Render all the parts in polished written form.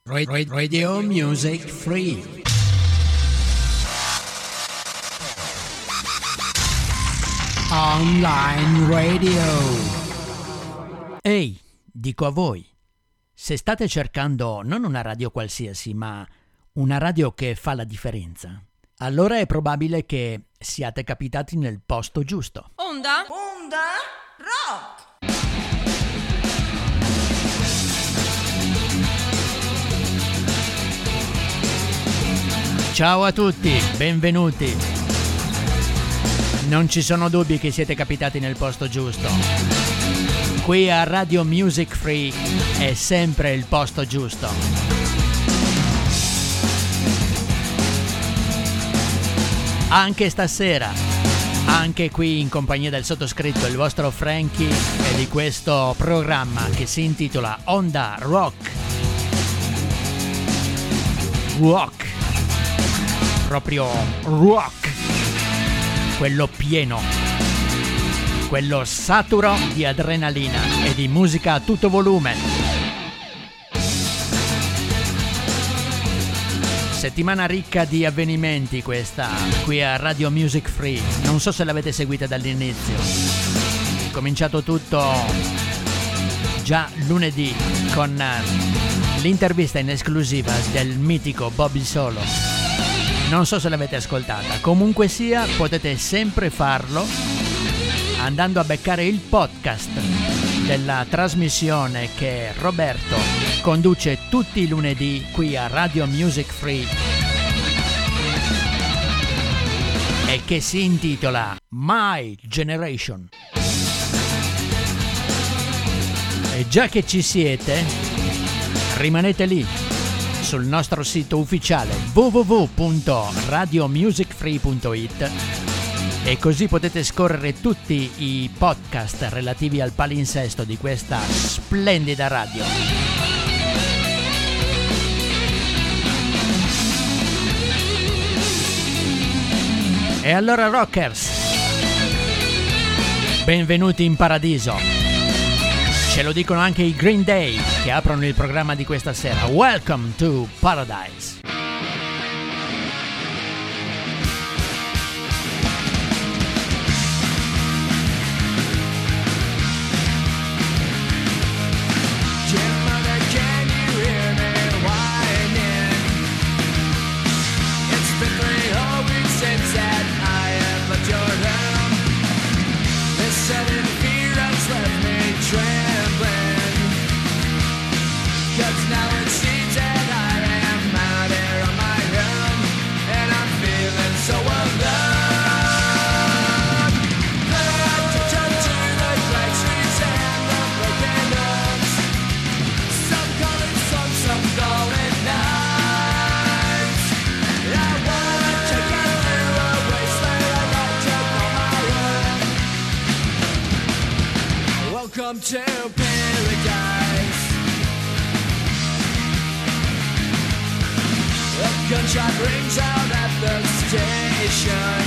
Radio Music Free. Online radio. Ehi, dico a voi, se state cercando non una radio qualsiasi, ma una radio che fa la differenza, allora è probabile che siate capitati nel posto giusto. Onda Rock. Ciao a tutti, benvenuti. Non ci sono dubbi che siete capitati nel posto giusto. Qui a Radio Music Free è sempre il posto giusto. Anche stasera, anche qui in compagnia del sottoscritto, il vostro Frankie, e di questo programma che si intitola Onda Rock. Rock. Proprio rock, quello pieno, quello saturo di adrenalina e di musica a tutto volume. Settimana ricca di avvenimenti questa, qui a Radio Music Free. Non so se l'avete seguita dall'inizio. È cominciato tutto già lunedì con l'intervista in esclusiva del mitico Bobby Solo. Non so se l'avete ascoltata, comunque sia potete sempre farlo andando a beccare il podcast della trasmissione che Roberto conduce tutti i lunedì qui a Radio Music Free e che si intitola My Generation. E già che ci siete, rimanete lì sul nostro sito ufficiale www.radiomusicfree.it e così potete scorrere tutti i podcast relativi al palinsesto di questa splendida radio. E allora rockers, benvenuti in paradiso. Ce lo dicono anche i Green Day che aprono il programma di questa sera. Welcome to Paradise. Welcome to paradise. A gunshot rings out at the station.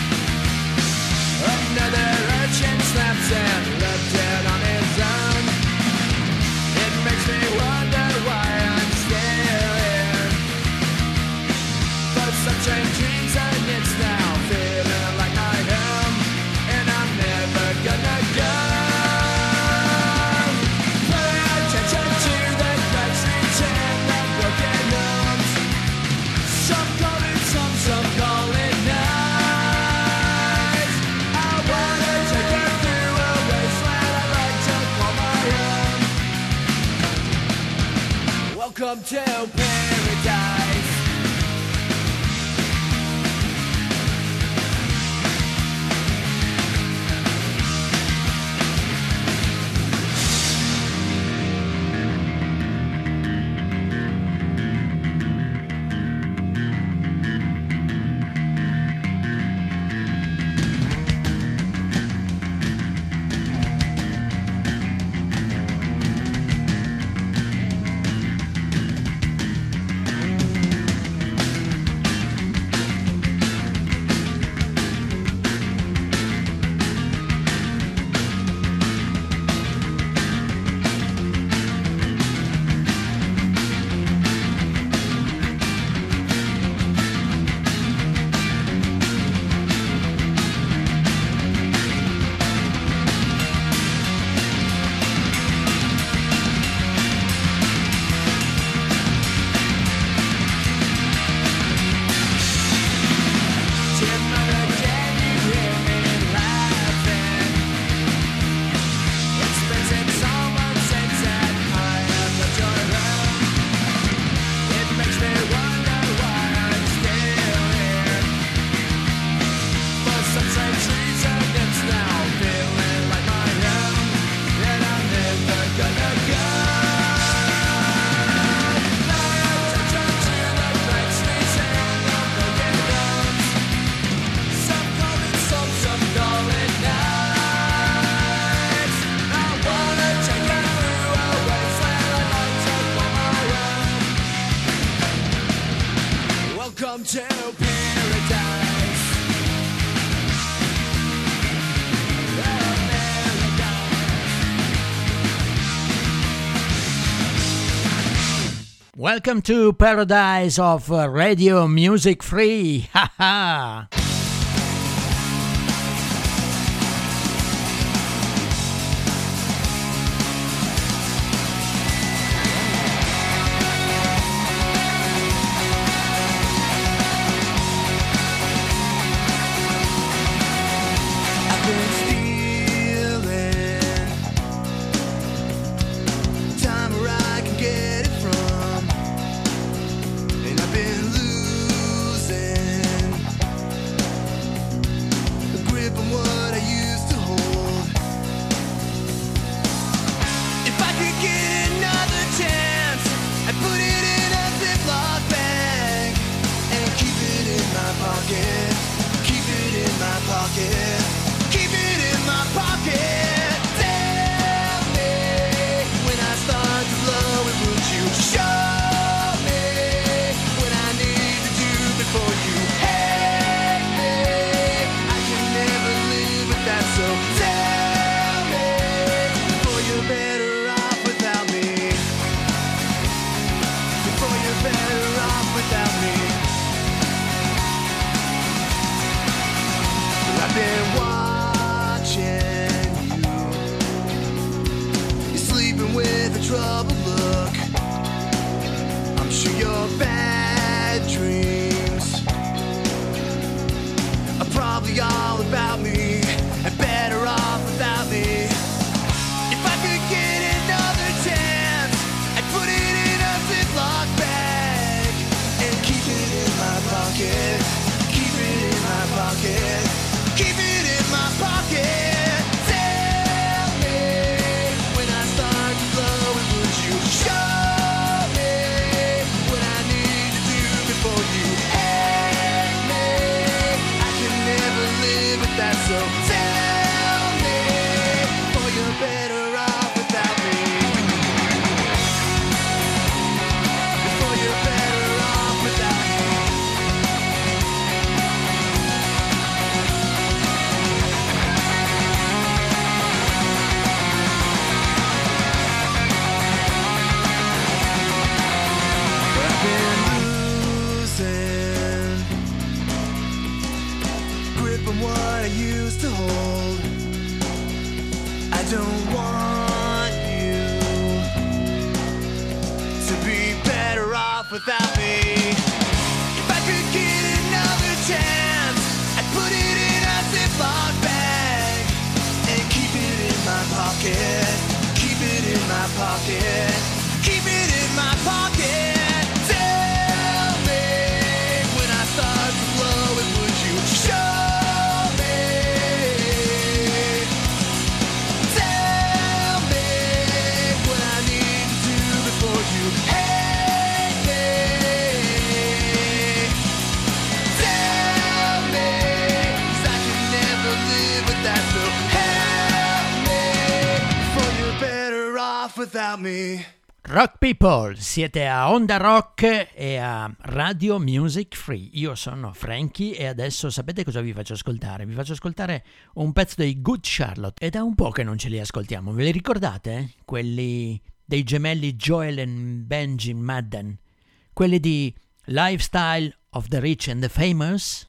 Another urchin snaps and left dead on his own. It makes me wonder why I'm still here. But such dreams and it's now feeling like my home, and I'm never gonna go. Welcome to paradise. Welcome to paradise. Welcome to Paradise of Radio Music Free. Ha ha. Rock People, siete a Onda Rock e a Radio Music Free. Io sono Frankie e adesso sapete cosa vi faccio ascoltare? Vi faccio ascoltare un pezzo dei Good Charlotte. È da un po' che non ce li ascoltiamo, ve li ricordate? Quelli dei gemelli Joel e Benji Madden, quelli di Lifestyle of the Rich and the Famous.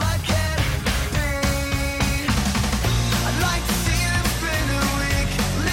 I'd like to see them spend a week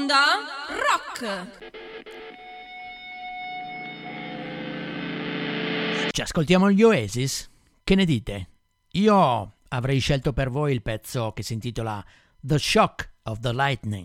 Onda Rock. Ci ascoltiamo gli Oasis? Che ne dite? Io avrei scelto per voi il pezzo che si intitola The Shock of the Lightning.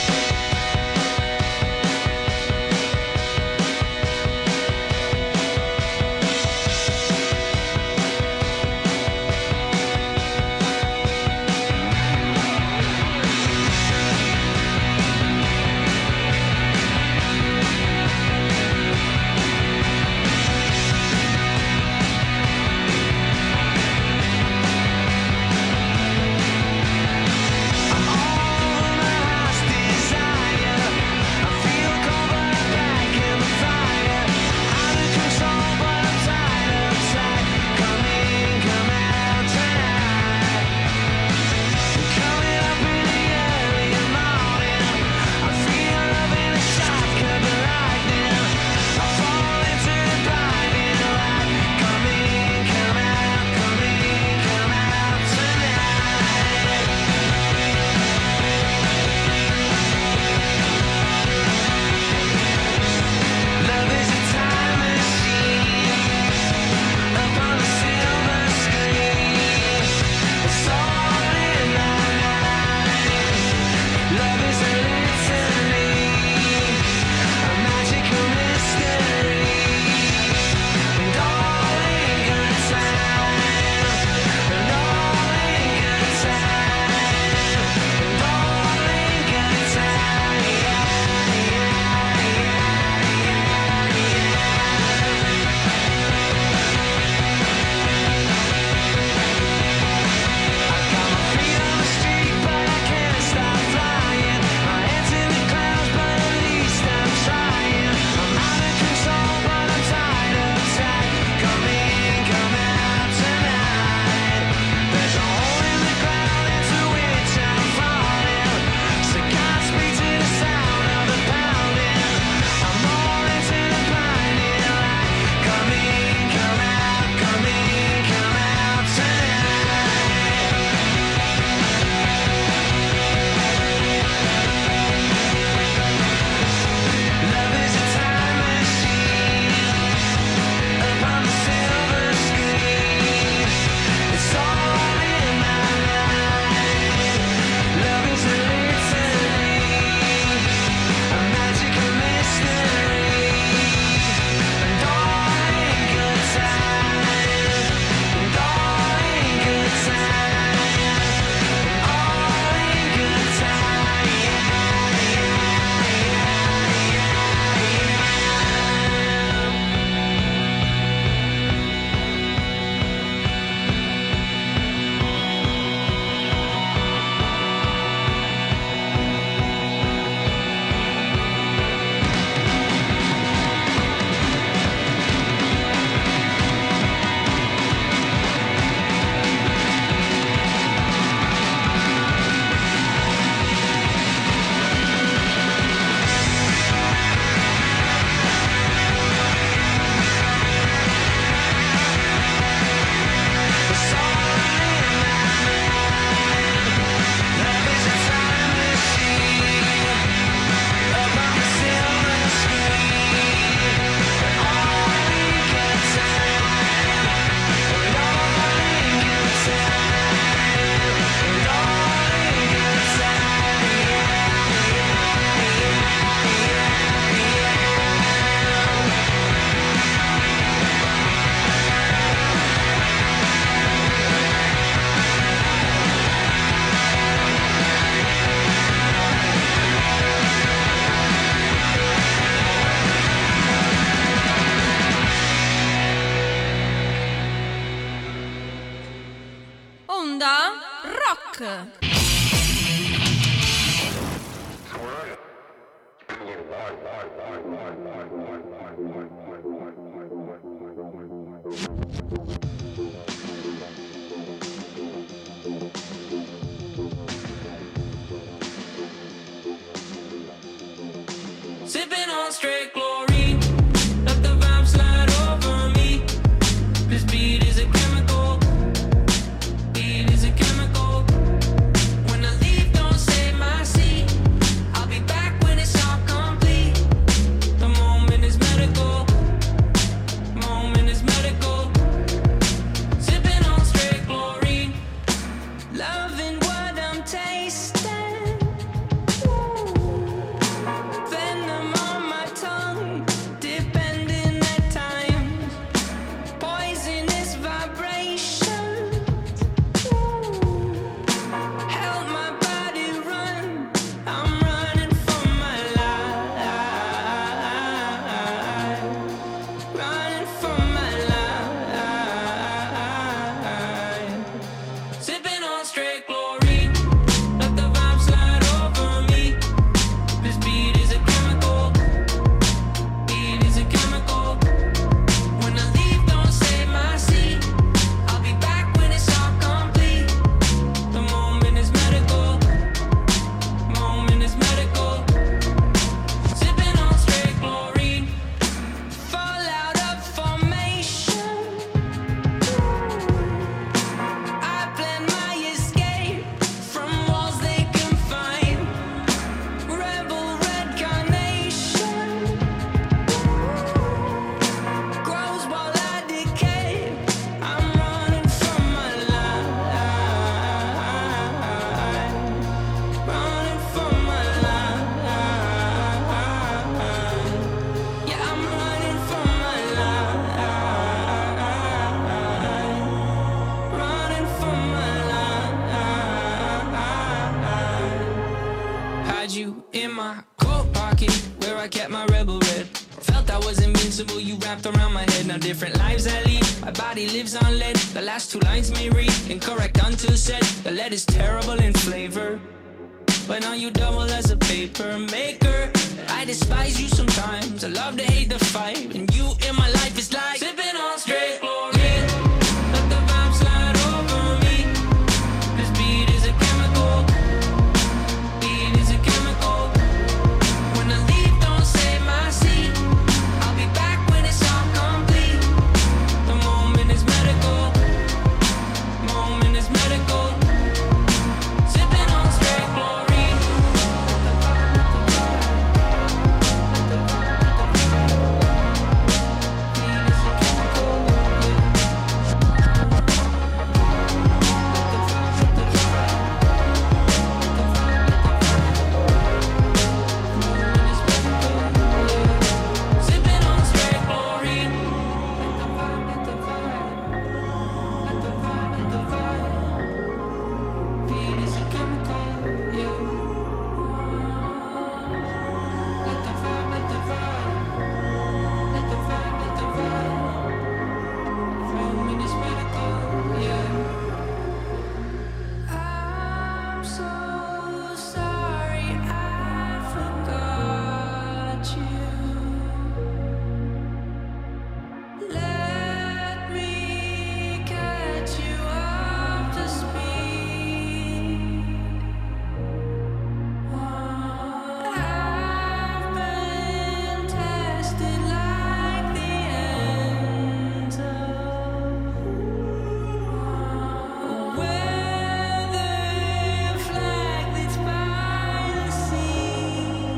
Sipping on straight chlorine, let the vibe slide over me. This beat is a chemical, beat is a chemical. When I leave, don't save my seat. I'll be back. where I kept my rebel red. Felt I was invincible, you wrapped around my head. Now different lives I lead, my body lives on lead. The last two lines may read incorrect until said. The lead is terrible in flavor, but now you double as a paper maker. I despise you sometimes, I love to hate the fight. And you in my life is like sipping on straight chlorine. Let the vibe slide over me. This beat is a chemical. Beat is a chemical. When I leave, don't save my seat. I'll be back when it's all complete. The moment is medical. Moment is medical. Sipping on straight chlorine. Sipping on straight chlorine. Let the vibe. Beat is a chemical, yeah. Let the vibe. Let the vibe. Moment is medical, yeah. I'm so sorry I forgot you. Let me catch you up to speed. I've been tested like the ends of a weather flag that's by the sea.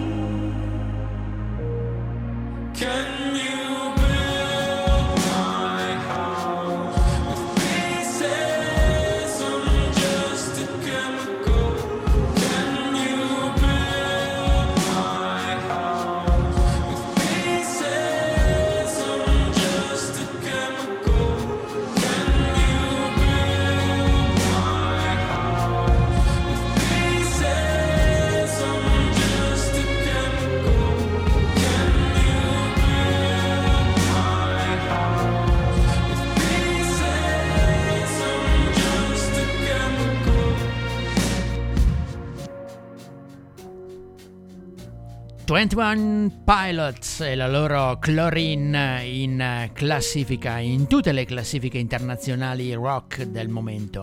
Can you build my house with pieces? I'm just a chemical. Can you build my house with pieces? I'm just a chemical. Can you build my house with pieces? I'm just a chemical. Can you build my house with pieces? I'm just a chemical. 21 Pilots e la loro Chlorine in classifica, in tutte le classifiche internazionali rock del momento.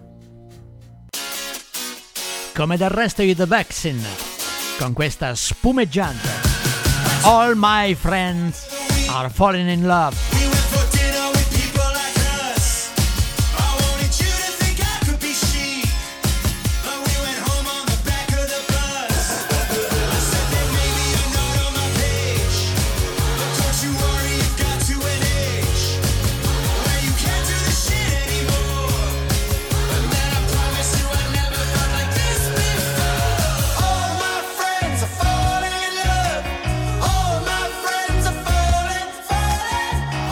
Come del resto i The Vexen, con questa spumeggiante All My Friends Are Falling in Love. We went for dinner with people like us. I wanted you to think I could be chic, but we went home on the back of the bus. I said that maybe you're not on my page, but don't you worry, you've got to an age where you can't do this shit anymore. And then I promise you I never felt like this before. All my friends are falling in love. All my friends are falling, falling.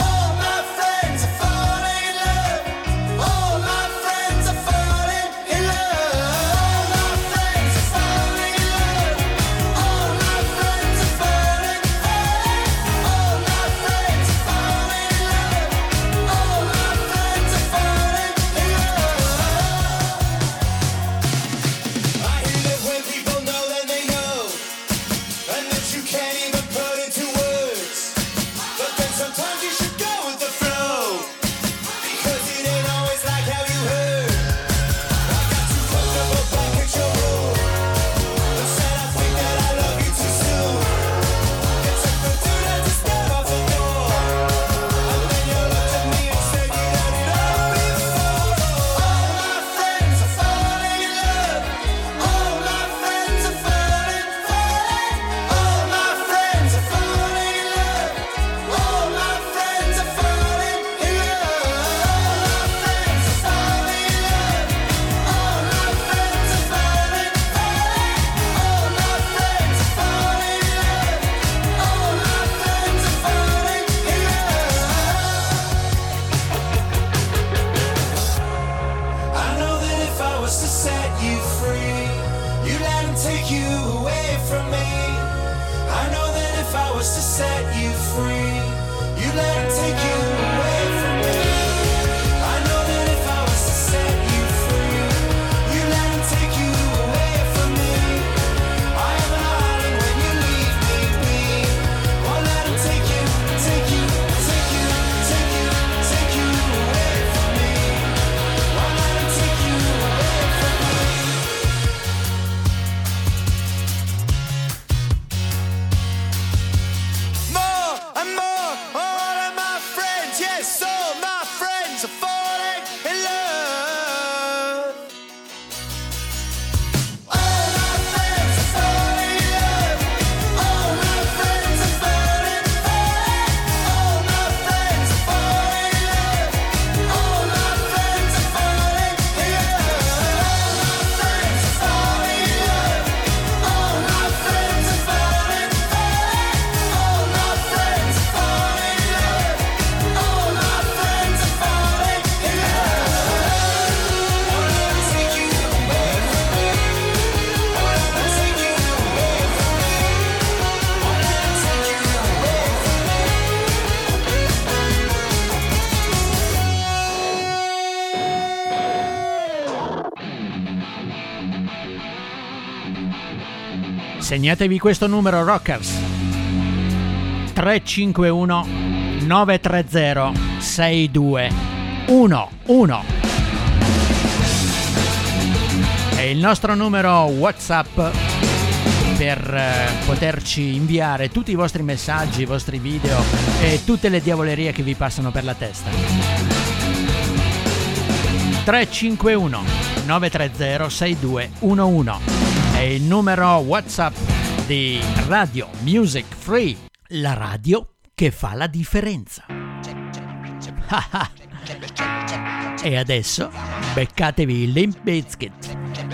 was to set you free, you'd let him take you away from me. I know that if I was to set you free, you'd let him take you away from me. I am a darling when you leave me be. Won't let him take you, take you, take you, take you, take you away from me. Won't let him take you away from me. More and more, all of my friends, yes, all my friends are falling in love. All my friends are falling in love. All my friends are falling, falling. All my friends are falling in love. All my friends are falling in love. All my friends are falling in love. All my friends are falling, falling. All my friends are falling in love. All my friends are falling in love. Won't let him take you away from me. Won't let him take you away from me. Won't let him take you away Segnatevi questo numero, rockers: 351 930 6211. È il nostro numero WhatsApp per poterci inviare tutti i vostri messaggi, i vostri video e tutte le diavolerie che vi passano per la testa. 351 930 6211 è il numero WhatsApp di Radio Music Free, la radio che fa la differenza. E adesso beccatevi il Limp Bizkit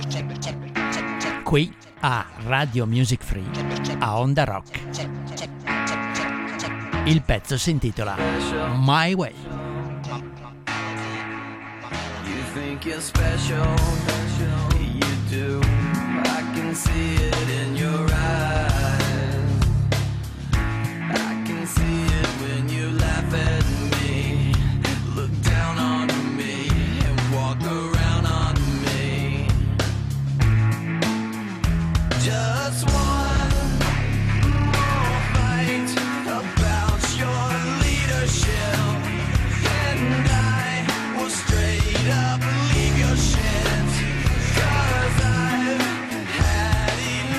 qui a Radio Music Free a Onda Rock. Il pezzo si intitola My Way. You think you're special, you do. I can see it in your eyes. I can see it when you laugh at me, look down on me, and walk around on me. Just one more fight about your leadership, and I will straight up leave your shit. 'Cause I've had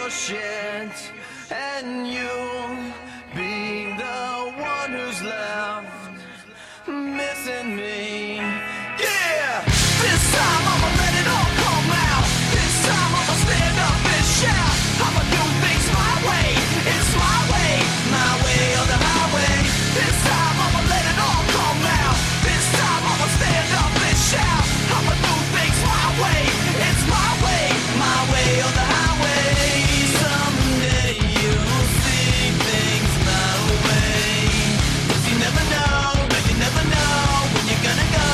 your shit, and you'll be the one who's left missing me. Yeah, this time I'ma let it all come out. This time I'ma stand up and shout. I'ma do things my way. It's my way or the highway. This time I'ma let it all come out. This time I'ma stand up and shout. I'ma do things my way. It's my way or the highway. Someday you'll see things my way. 'Cause you never know, no, you never know when you're gonna go.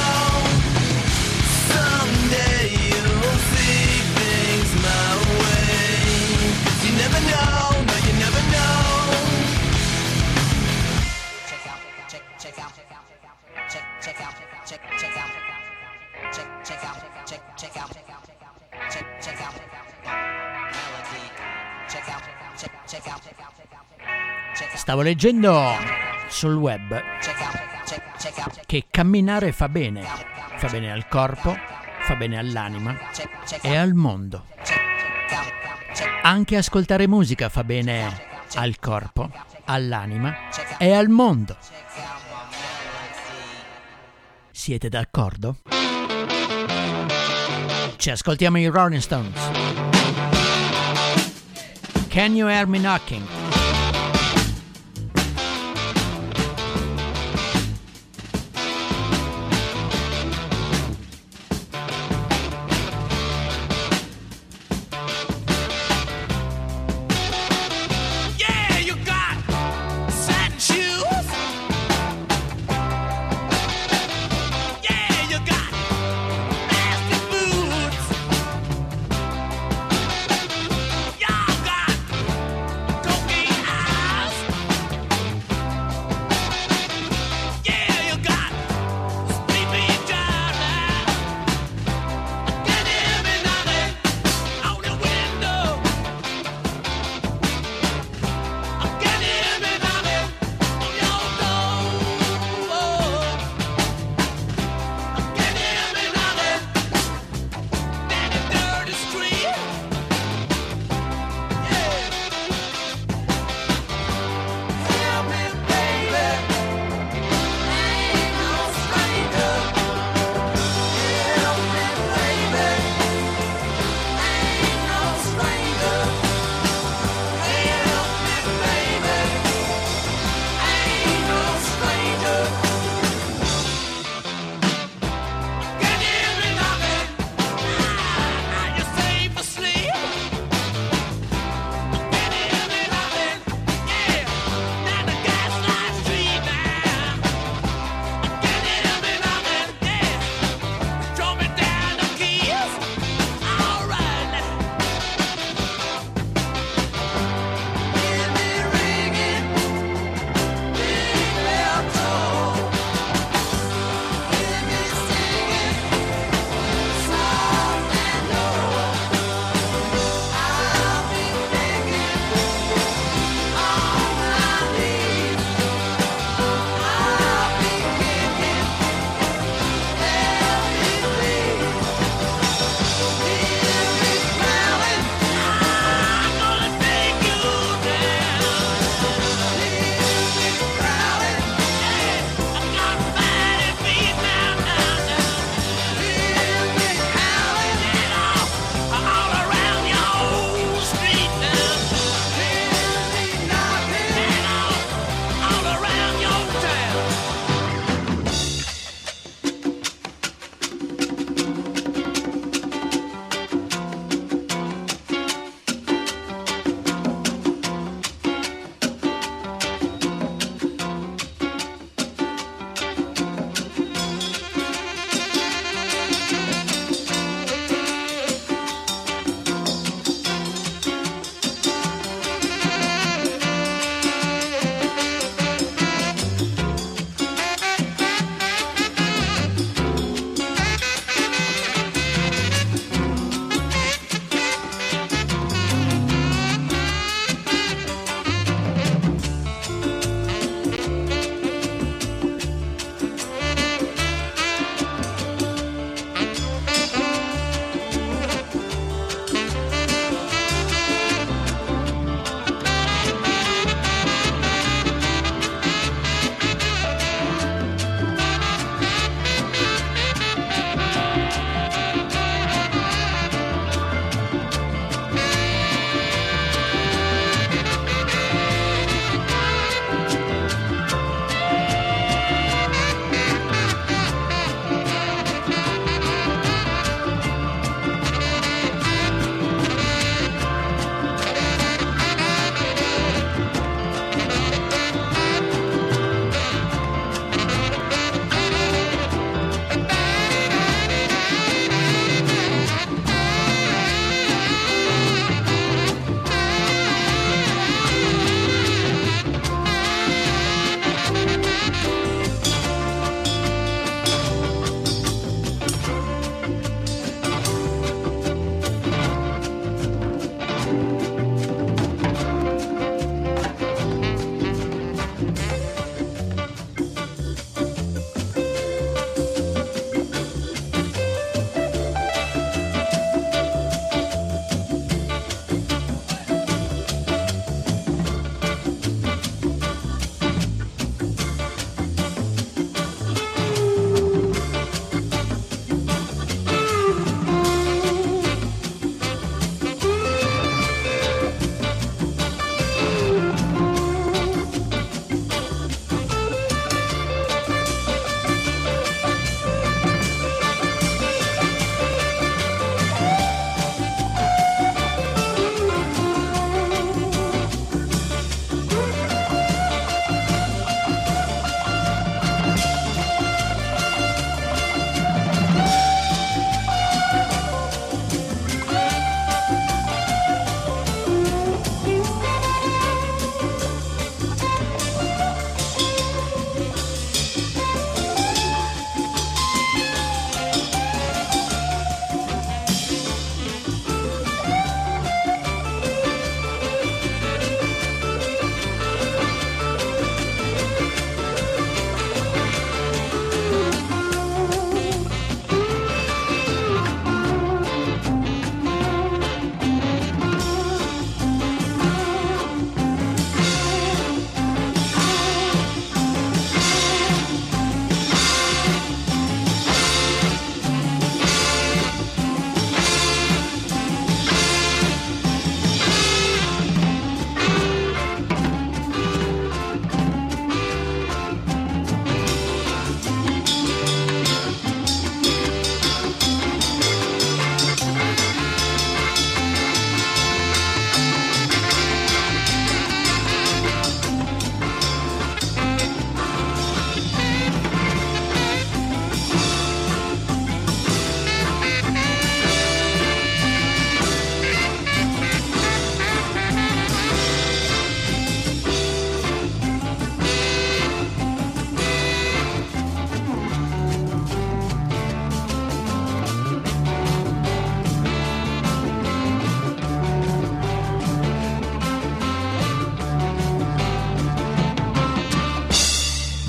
Someday you'll see things my way. 'Cause you never know, no, you never know. Check out, check out, check out, check out, check out, check out, melody. Check out, check out. Stavo leggendo sul web che camminare fa bene al corpo, fa bene all'anima e al mondo. Anche ascoltare musica fa bene al corpo, all'anima e al mondo. Siete d'accordo? Ci ascoltiamo i Rolling Stones. Can You Hear Me Knocking? Yeah, you got satin shoes. Yeah, you got nasty boots. Y'all got cocaine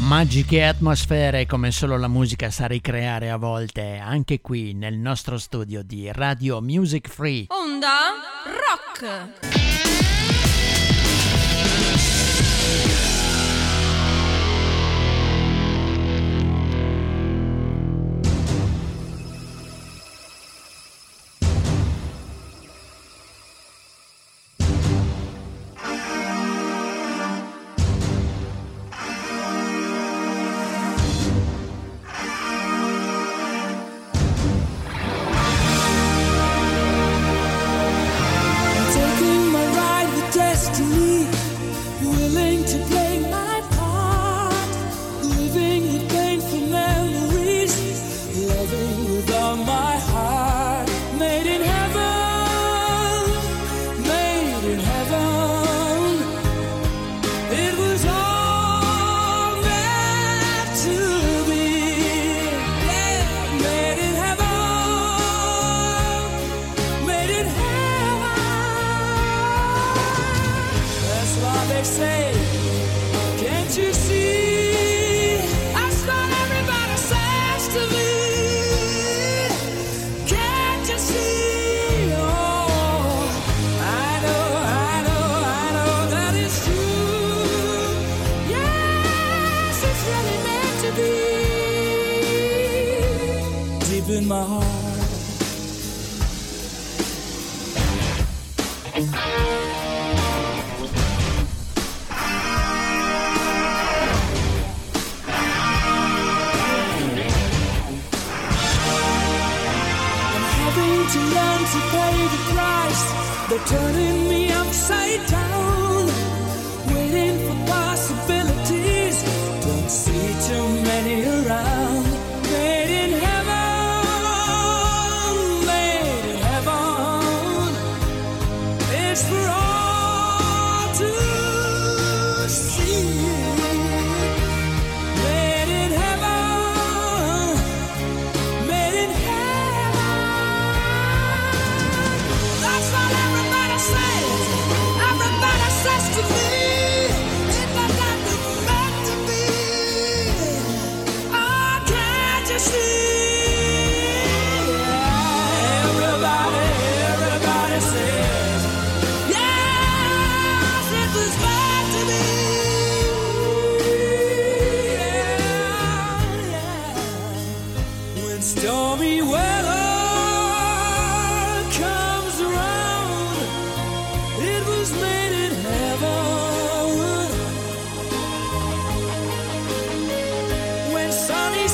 Magiche atmosfere come solo la musica sa ricreare a volte, anche qui nel nostro studio di Radio Music Free. Onda Rock. In my heart, I'm having to learn to pay the price. They're turning me upside down, waiting for possibilities. Don't see too many around. Made in heaven. It's for all to see. Made in heaven, made in heaven. That's what everybody says. Everybody says to me, it's not like it's meant to be. Oh, can't you see? Everybody says. Stormy weather comes around, it was made in heaven. When sunny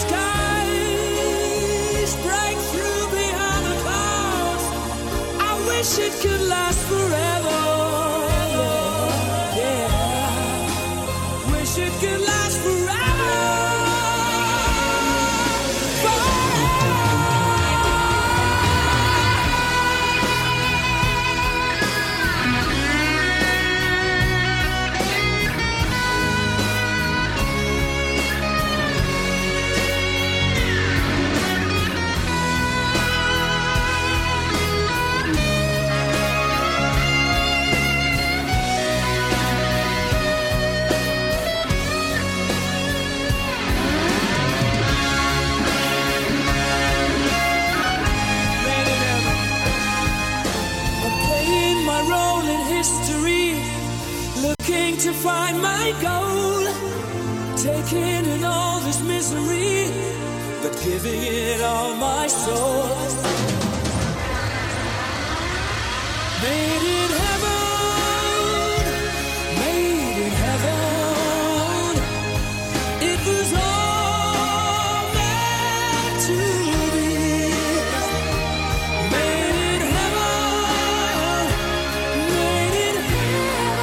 skies break through behind the clouds, I wish it could last forever. Yeah, wish it could last forever. To find my goal, taking in all this misery, but giving it all my soul. Made in heaven, made in heaven. It was all meant to be. Made in heaven, made in heaven.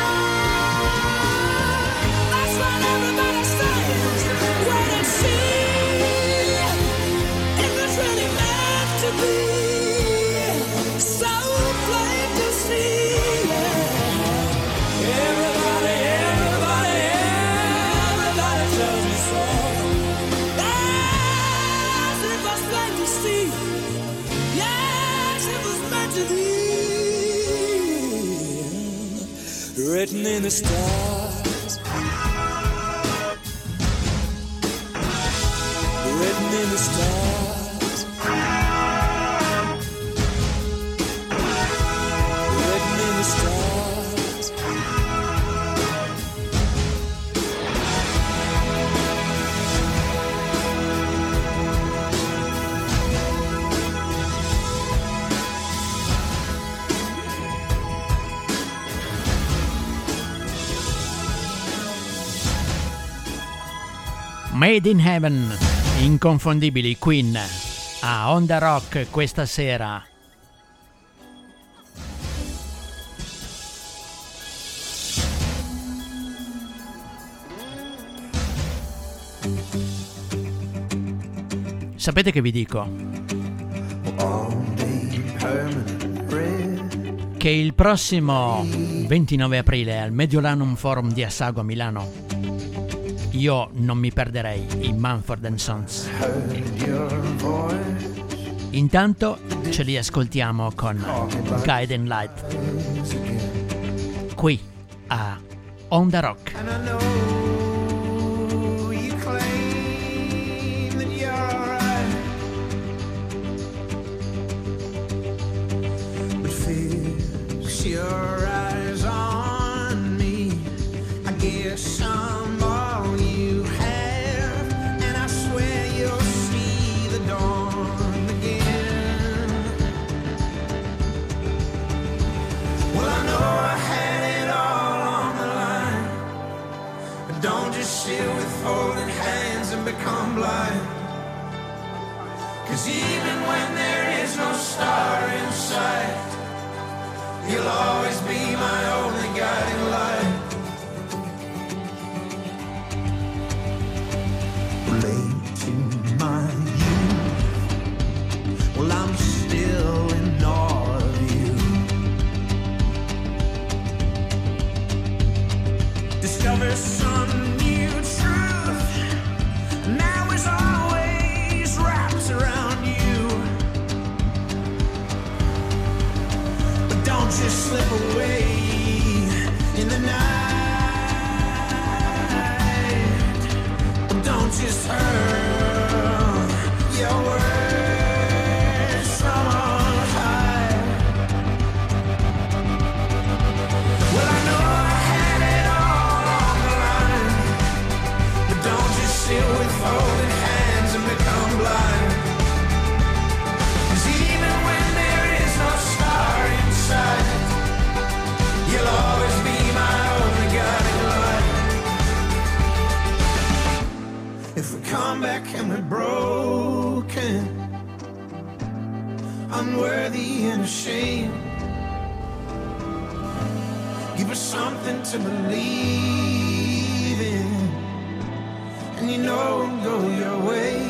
Everybody says, wait and see. It was really meant to be. So plain to see. Everybody tells me so. Yes, it was plain to see. Yes, it was meant to be. Written in the stars. many stars. Red many stars. Made in Heaven, inconfondibili Queen a Onda Rock questa sera. Sapete che vi dico? Che il prossimo 29 aprile al Mediolanum Forum di Assago a Milano io non mi perderei i Mumford & Sons. Intanto ce li ascoltiamo con Guiding Light qui a Onda Rock. Your eyes on me, I guess I'm all you have, and I swear you'll see the dawn again. Well, I know I had it all on the line, but don't just sit with folded hands and become blind. 'Cause even when there is no star in sight, you'll always be my only guiding light. Late in my youth, well, I'm still in awe of you. Discover some new truth, now is always wrapped around you. Don't just slip away in the night. Don't just hurl your words from on high. Well, I know I had it all on the line, but don't just sit with folded hands and become blind. 'Cause even when there is no star inside, you'll always be my only guiding light. If we come back and we're broken, unworthy and ashamed, give us something to believe in, and you know it'll go your way.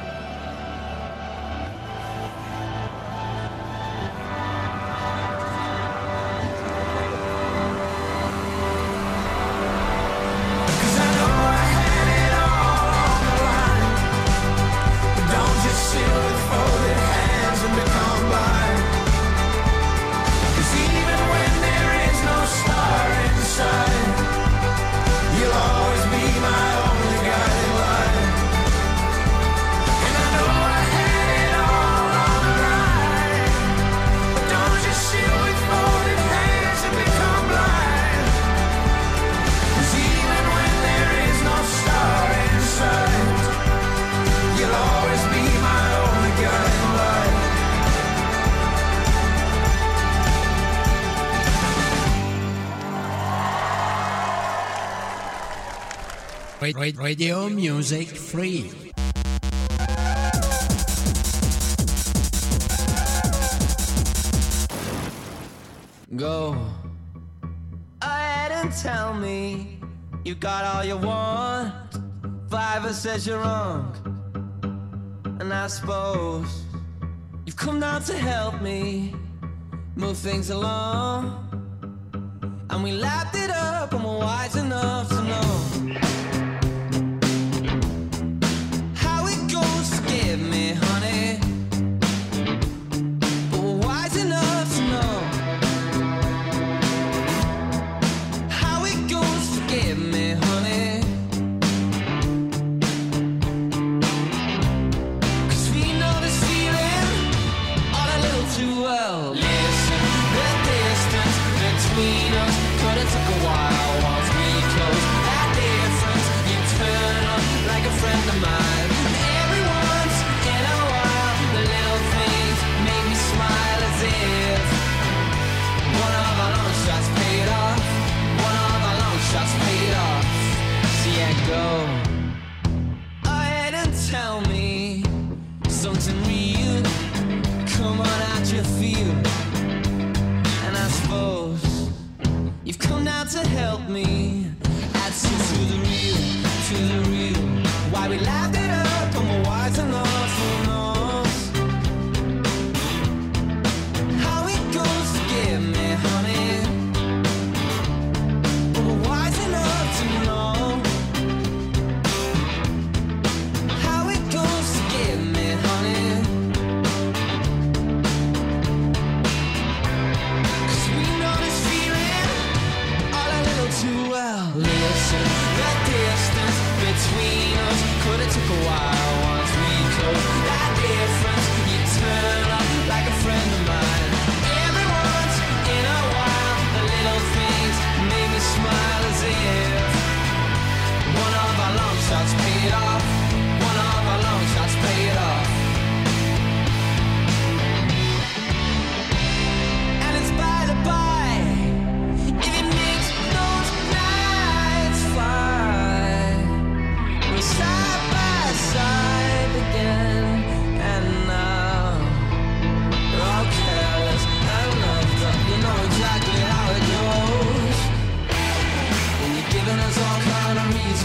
Radio Music Free. Go ahead and tell me you got all you want. Fiverr says you're wrong, and I suppose you've come down to help me move things along. And we lapped it up and we're wise enough to know how it goes. Forgive me, honey, but we're wise enough to know how it goes. Forgive me, honey.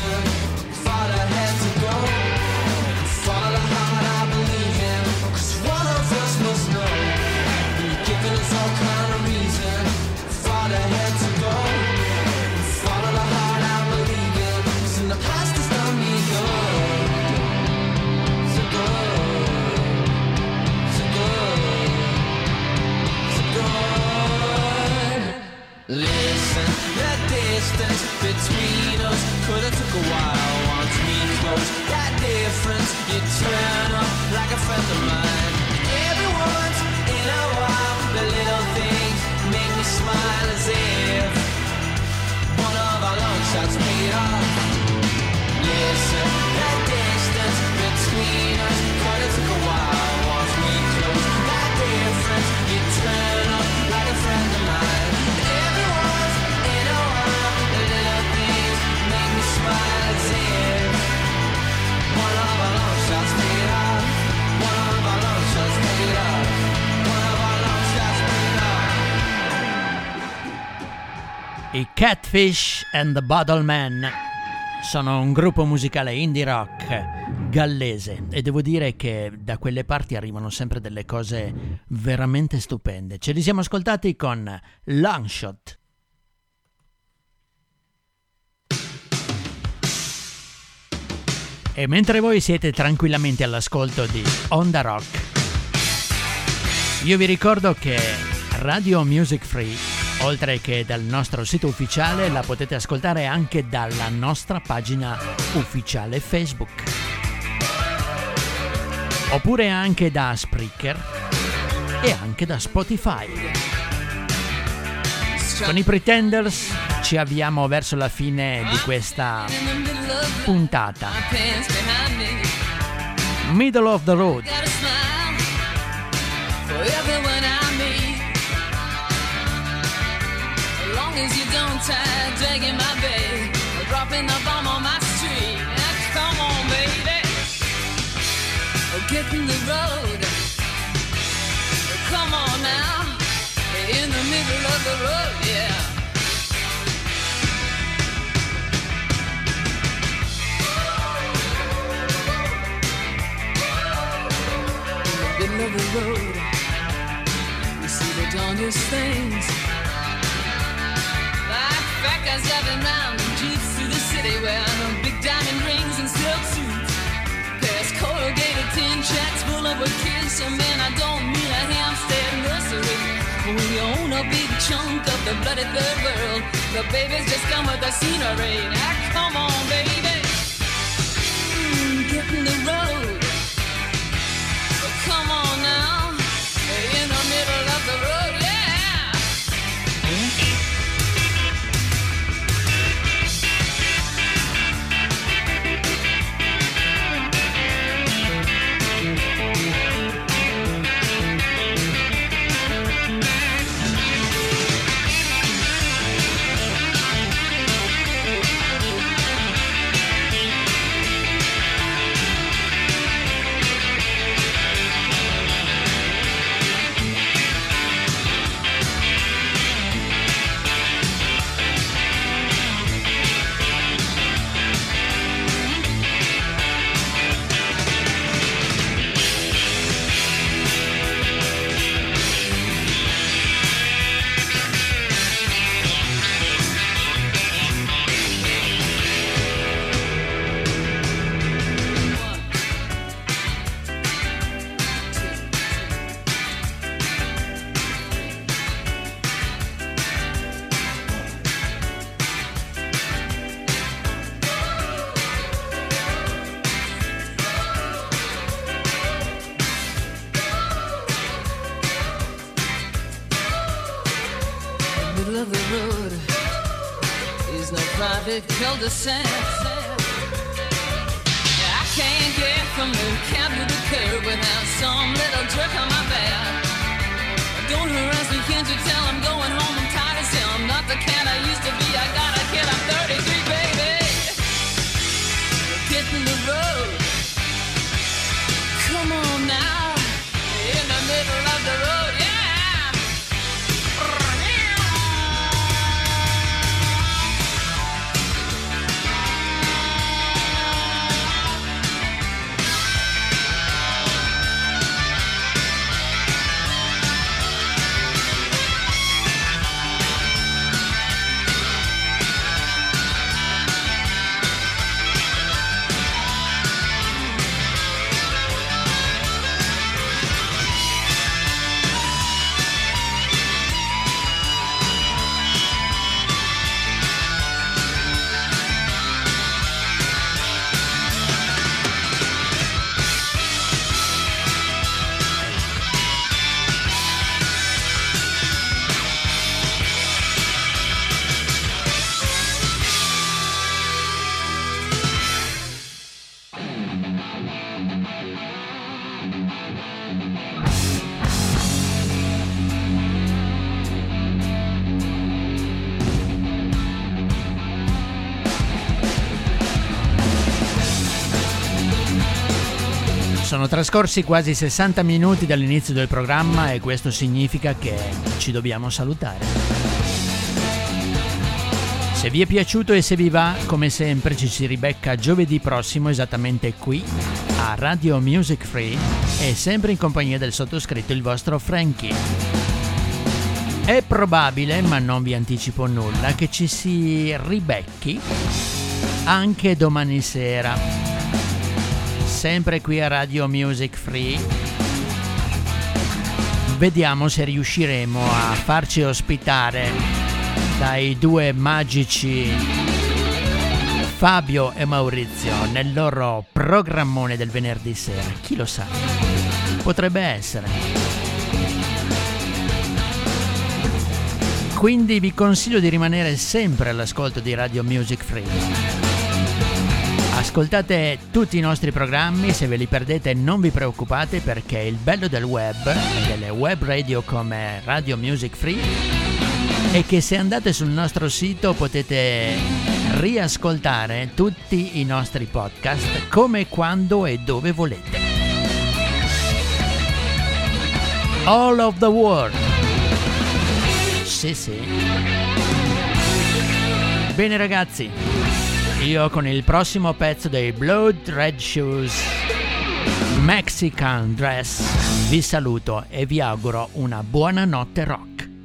reason. Thought I had to go. Follow the heart I believe in. 'Cause one of us must know. You're giving us all kind of reason. Thought I had to go. Follow the heart I believe in. 'Cause in the past has done me good. So good. So good. So good. Listen, the distance between us could have took a while once we close. That difference, you turn up like a friend of mine. Every once in a while, the little things make me smile as if one of our long shots paid off. Listen, the distance between us could have took a while once we close. That difference, you turn up like a friend of mine. Every once in a while, the little things make me smile as if one of our long shots paid off. One of our long shots paid off. One of our long shots paid off. I Catfish and the Bottlemen sono un gruppo musicale indie rock gallese e devo dire che da quelle parti arrivano sempre delle cose veramente stupende. Ce li siamo ascoltati con Longshot. E mentre voi siete tranquillamente all'ascolto di Onda Rock, io vi ricordo che Radio Music Free, oltre che dal nostro sito ufficiale, la potete ascoltare anche dalla nostra pagina ufficiale Facebook, oppure anche da Spreaker e anche da Spotify. Con i Pretenders ci avviamo verso la fine di questa puntata. Middle of the Road. As you don't try dragging my bag or dropping the bomb on my street. Now, come on, baby, get in the road. Come on now, in the middle of the road, yeah. In the middle of the road, you see the darndest things. Fat guys driving round in jeeps through the city wearing big diamond rings and silk suits. There's corrugated tin shacks full of kids. So man, I don't mean a Hampstead nursery. When you own a big chunk of the bloody third world, the babies just come with the scenery. Now come on, baby, get in the road. Come on now, in the middle of the road, yeah. Middle of the road is no private cul-de-sac. I can't get from the cab to the curb without some little jerk on my back. Don't harass me, can't you tell I'm going home? I'm tired as hell. I'm not the cat I used to be. I got a kid, I'm 33, baby. Get in the road. Come on now, in the middle of the road, yeah. Sono trascorsi quasi 60 minuti dall'inizio del programma e questo significa che ci dobbiamo salutare. Se vi è piaciuto e se vi va, come sempre ci si ribecca giovedì prossimo esattamente qui a Radio Music Free e sempre in compagnia del sottoscritto, il vostro Frankie. È probabile, ma non vi anticipo nulla, che ci si ribecchi anche domani sera, sempre qui a Radio Music Free. Vediamo se riusciremo a farci ospitare dai due magici Fabio e Maurizio nel loro programmone del venerdì sera. Chi lo sa? Potrebbe essere. Quindi vi consiglio di rimanere sempre all'ascolto di Radio Music Free. Ascoltate tutti i nostri programmi, se ve li perdete non vi preoccupate, perché il bello del web e delle web radio come Radio Music Free è che se andate sul nostro sito potete riascoltare tutti i nostri podcast come, quando e dove volete. All of the world. Sì, sì. Bene ragazzi, io con il prossimo pezzo dei Blood Red Shoes, Mexican Dress, vi saluto e vi auguro una buona notte rock.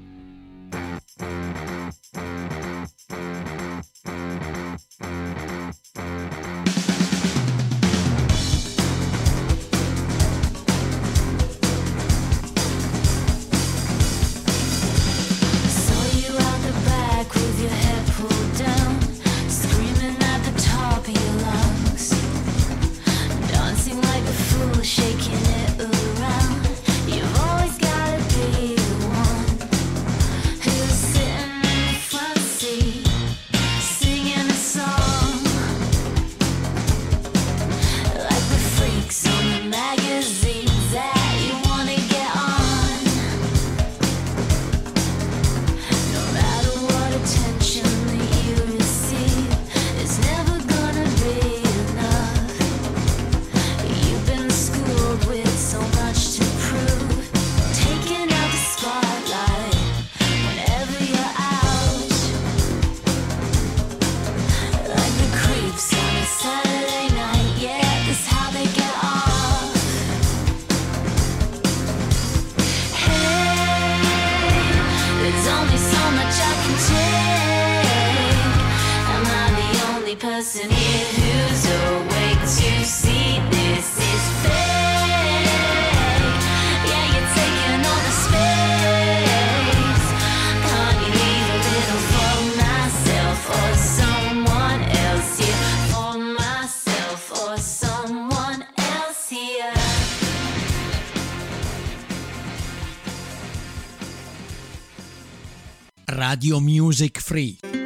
Shaking it around, you've always gotta be the one Radio Music Free.